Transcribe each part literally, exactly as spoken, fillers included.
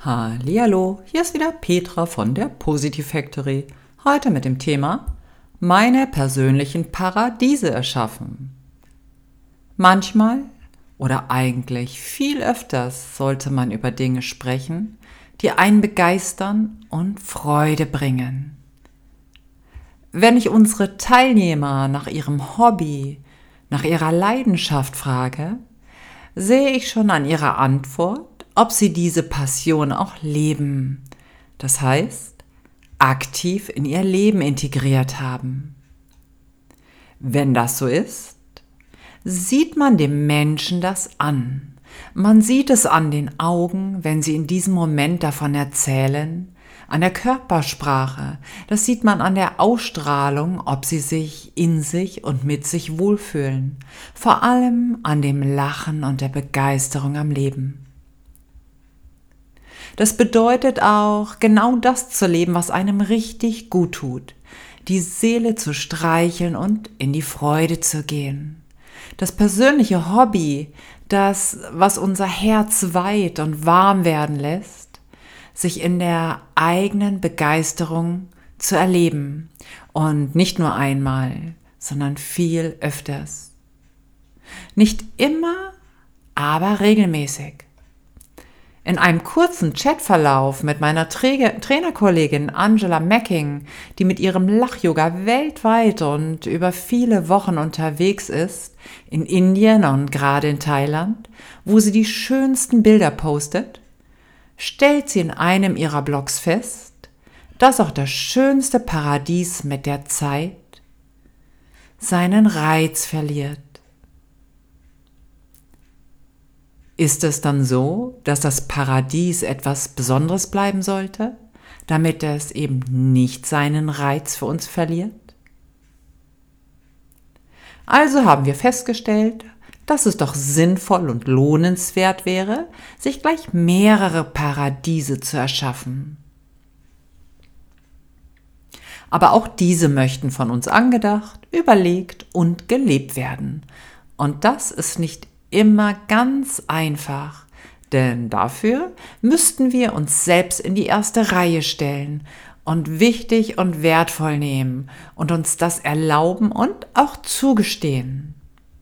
Hallihallo, hier ist wieder Petra von der Positive Factory. Heute mit dem Thema meine persönlichen Paradiese erschaffen. Manchmal oder eigentlich viel öfters sollte man über Dinge sprechen, die einen begeistern und Freude bringen. Wenn ich unsere Teilnehmer nach ihrem Hobby, nach ihrer Leidenschaft frage, sehe ich schon an ihrer Antwort, ob sie diese Passion auch leben, das heißt, aktiv in ihr Leben integriert haben. Wenn das so ist, sieht man dem Menschen das an. Man sieht es an den Augen, wenn sie in diesem Moment davon erzählen, an der Körpersprache, das sieht man an der Ausstrahlung, ob sie sich in sich und mit sich wohlfühlen, vor allem an dem Lachen und der Begeisterung am Leben. Das bedeutet auch, genau das zu leben, was einem richtig gut tut, die Seele zu streicheln und in die Freude zu gehen. Das persönliche Hobby, das, was unser Herz weit und warm werden lässt, sich in der eigenen Begeisterung zu erleben und nicht nur einmal, sondern viel öfters. Nicht immer, aber regelmäßig. In einem kurzen Chatverlauf mit meiner Tra- Trainerkollegin Angela Macking, die mit ihrem Lach-Yoga weltweit und über viele Wochen unterwegs ist, in Indien und gerade in Thailand, wo sie die schönsten Bilder postet, stellt sie in einem ihrer Blogs fest, dass auch das schönste Paradies mit der Zeit seinen Reiz verliert. Ist es dann so, dass das Paradies etwas Besonderes bleiben sollte, damit es eben nicht seinen Reiz für uns verliert? Also haben wir festgestellt, dass es doch sinnvoll und lohnenswert wäre, sich gleich mehrere Paradiese zu erschaffen. Aber auch diese möchten von uns angedacht, überlegt und gelebt werden. Und das ist nicht immer ganz einfach, denn dafür müssten wir uns selbst in die erste Reihe stellen und wichtig und wertvoll nehmen und uns das erlauben und auch zugestehen.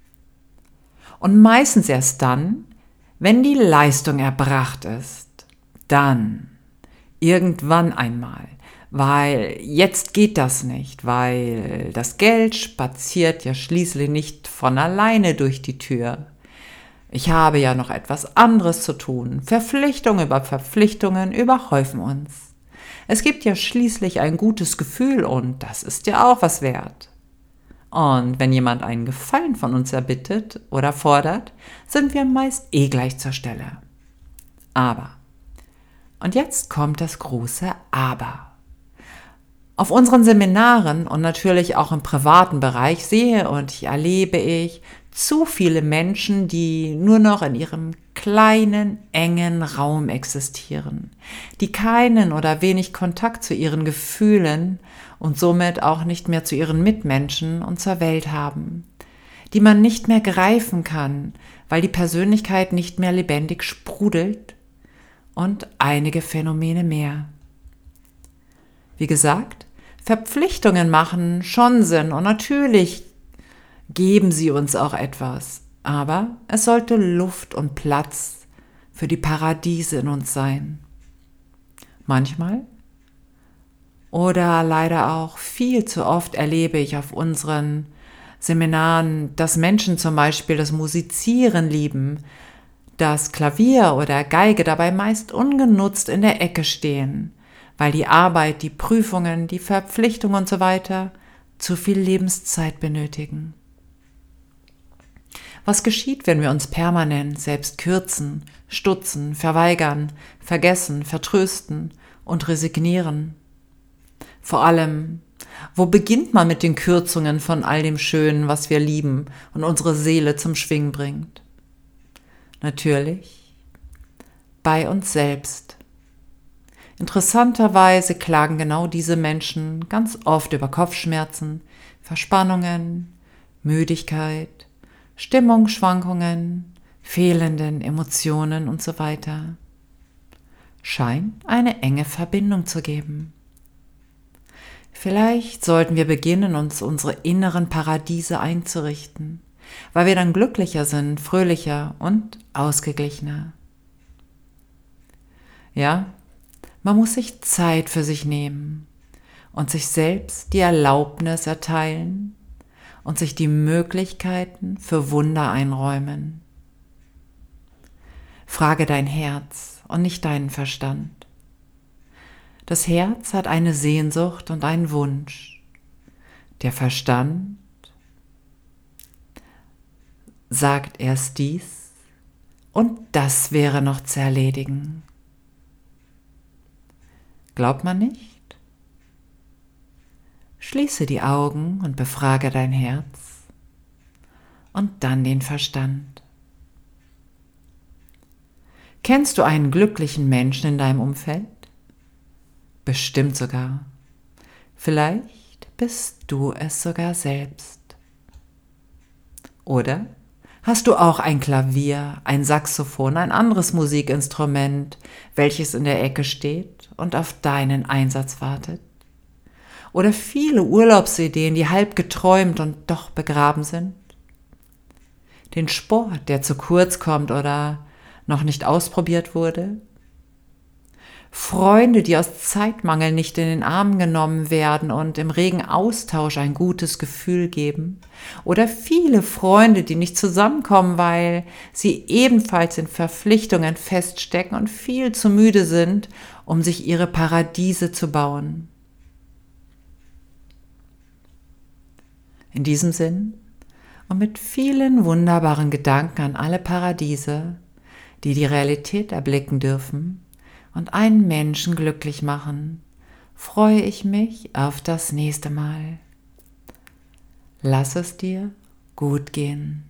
Und meistens erst dann, wenn die Leistung erbracht ist, dann, irgendwann einmal, weil jetzt geht das nicht, weil das Geld spaziert ja schließlich nicht von alleine durch die Tür. Ich habe ja noch etwas anderes zu tun. Verpflichtungen über Verpflichtungen überhäufen uns. Es gibt ja schließlich ein gutes Gefühl und das ist ja auch was wert. Und wenn jemand einen Gefallen von uns erbittet oder fordert, sind wir meist eh gleich zur Stelle. Aber, und jetzt kommt das große Aber. Auf unseren Seminaren und natürlich auch im privaten Bereich sehe und erlebe ich zu viele Menschen, die nur noch in ihrem kleinen, engen Raum existieren, die keinen oder wenig Kontakt zu ihren Gefühlen und somit auch nicht mehr zu ihren Mitmenschen und zur Welt haben, die man nicht mehr greifen kann, weil die Persönlichkeit nicht mehr lebendig sprudelt und einige Phänomene mehr. Wie gesagt, Verpflichtungen machen schon Sinn und natürlich geben sie uns auch etwas, aber es sollte Luft und Platz für die Paradiese in uns sein. Manchmal oder leider auch viel zu oft erlebe ich auf unseren Seminaren, dass Menschen zum Beispiel das Musizieren lieben, das Klavier oder Geige dabei meist ungenutzt in der Ecke stehen, weil die Arbeit, die Prüfungen, die Verpflichtungen und so weiter zu viel Lebenszeit benötigen. Was geschieht, wenn wir uns permanent selbst kürzen, stutzen, verweigern, vergessen, vertrösten und resignieren? Vor allem, wo beginnt man mit den Kürzungen von all dem Schönen, was wir lieben und unsere Seele zum Schwingen bringt? Natürlich bei uns selbst. Interessanterweise klagen genau diese Menschen ganz oft über Kopfschmerzen, Verspannungen, Müdigkeit, Stimmungsschwankungen, fehlenden Emotionen und so weiter. scheint eine enge Verbindung zu geben. Vielleicht sollten wir beginnen, uns unsere inneren Paradiese einzurichten, weil wir dann glücklicher sind, fröhlicher und ausgeglichener. Ja, man muss sich Zeit für sich nehmen und sich selbst die Erlaubnis erteilen und sich die Möglichkeiten für Wunder einräumen. Frage dein Herz und nicht deinen Verstand. Das Herz hat eine Sehnsucht und einen Wunsch. Der Verstand sagt erst dies und das wäre noch zu erledigen. Glaubt man nicht? Schließe die Augen und befrage dein Herz und dann den Verstand. Kennst du einen glücklichen Menschen in deinem Umfeld? Bestimmt sogar. Vielleicht bist du es sogar selbst. Oder hast du auch ein Klavier, ein Saxophon, ein anderes Musikinstrument, welches in der Ecke steht und auf deinen Einsatz wartet? Oder viele Urlaubsideen, die halb geträumt und doch begraben sind? Den Sport, der zu kurz kommt oder noch nicht ausprobiert wurde? Freunde, die aus Zeitmangel nicht in den Arm genommen werden und im regen Austausch ein gutes Gefühl geben? Oder viele Freunde, die nicht zusammenkommen, weil sie ebenfalls in Verpflichtungen feststecken und viel zu müde sind, um sich ihre Paradiese zu bauen? In diesem Sinn und mit vielen wunderbaren Gedanken an alle Paradiese, die die Realität erblicken dürfen und einen Menschen glücklich machen, freue ich mich auf das nächste Mal. Lass es dir gut gehen.